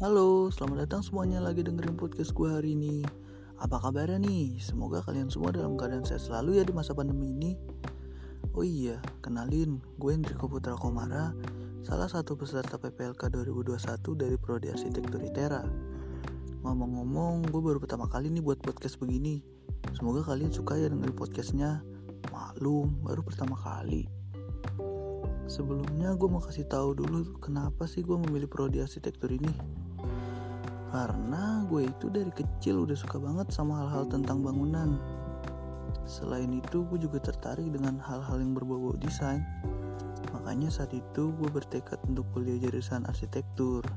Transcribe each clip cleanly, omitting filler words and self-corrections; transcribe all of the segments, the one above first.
Halo, selamat datang semuanya lagi dengerin podcast gue hari ini. Apa kabarnya nih? Semoga kalian semua dalam keadaan sehat selalu ya di masa pandemi ini. Oh iya, kenalin, gue Hendriko Putra Komara, salah satu peserta PPLK 2021 dari Prodi Arsitektur ITERA. Ngomong-ngomong, gue baru pertama kali nih buat podcast begini. Semoga kalian suka ya dengerin podcastnya. Maklum, baru pertama kali. Sebelumnya gue mau kasih tahu dulu kenapa sih gue memilih Prodi Arsitektur ini. Karena gue itu dari kecil udah suka banget sama hal-hal tentang bangunan. Selain itu gue juga tertarik dengan hal-hal yang berbau desain. Makanya saat itu gue bertekad untuk kuliah jurusan arsitektur.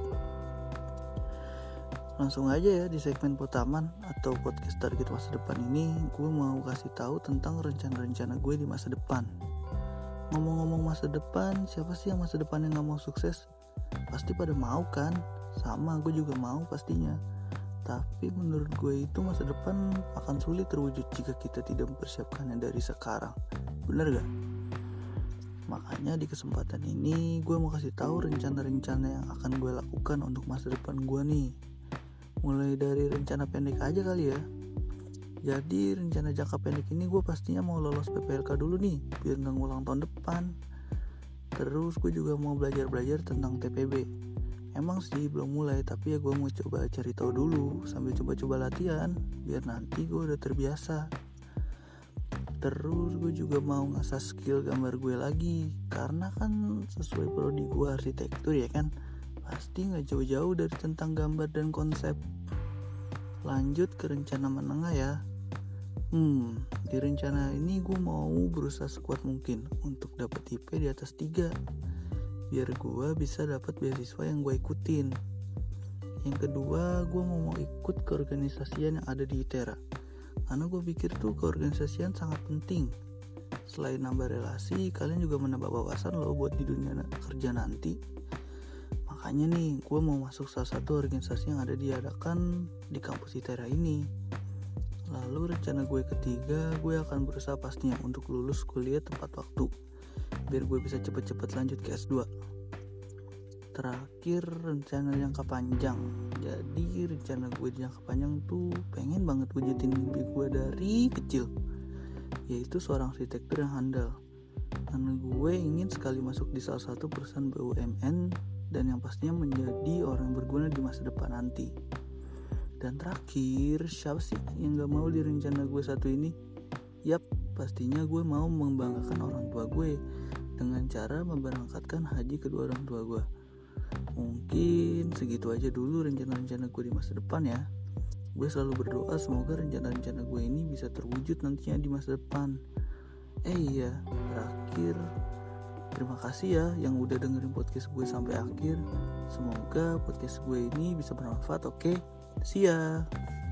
Langsung aja ya di segmen pertama atau podcast target masa depan ini, gue mau kasih tahu tentang rencana-rencana gue di masa depan. Ngomong-ngomong masa depan, siapa sih yang masa depannya gak mau sukses? Pasti pada mau kan? Sama, gue juga mau pastinya. Tapi menurut gue itu masa depan akan sulit terwujud jika kita tidak mempersiapkannya dari sekarang. Bener gak? Makanya di kesempatan ini gue mau kasih tahu rencana-rencana yang akan gue lakukan untuk masa depan gue nih. Mulai dari rencana pendek aja kali ya. Jadi rencana jangka pendek ini gue pastinya mau lolos PPLK dulu nih, biar gak ngulang tahun depan. Terus gue juga mau belajar tentang TPB. Emang sih belum mulai, tapi ya gue mau coba cari tahu dulu sambil coba-coba latihan, biar nanti gue udah terbiasa. Terus gue juga mau ngasah skill gambar gue lagi, karena kan sesuai prodi gue arsitektur ya kan, pasti gak jauh-jauh dari tentang gambar dan konsep. Lanjut ke rencana menengah ya. Di rencana ini gue mau berusaha sekuat mungkin untuk dapat IP di atas 3, biar gue bisa dapat beasiswa yang gue ikutin. Yang kedua, gue mau ikut keorganisasian yang ada di ITERA, karena gue pikir tuh keorganisasian sangat penting. Selain nambah relasi, kalian juga menambah wawasan loh buat di dunia kerja nanti. Makanya nih, gue mau masuk salah satu organisasi yang ada diadakan di kampus ITERA ini. Lalu rencana gue ketiga, gue akan berusaha pastinya untuk lulus kuliah tepat waktu, biar gue bisa cepet-cepet lanjut ke S2. Terakhir, rencana jangka panjang. Jadi rencana gue jangka panjang tuh pengen banget wujudin mimpi gue dari kecil, yaitu seorang arsitektur yang handal. Karena gue ingin sekali masuk di salah satu perusahaan BUMN dan yang pastinya menjadi orang berguna di masa depan nanti. Dan terakhir, siapa sih yang gak mau di rencana gue satu ini? Yap, pastinya gue mau membanggakan orang tua gue dengan cara memberangkatkan haji kedua orang tua gue. Mungkin segitu aja dulu rencana-rencana gue di masa depan ya. Gue selalu berdoa semoga rencana-rencana gue ini bisa terwujud nantinya di masa depan. Iya, terakhir terima kasih ya yang udah dengerin podcast gue sampai akhir. Semoga podcast gue ini bisa bermanfaat, oke? See ya.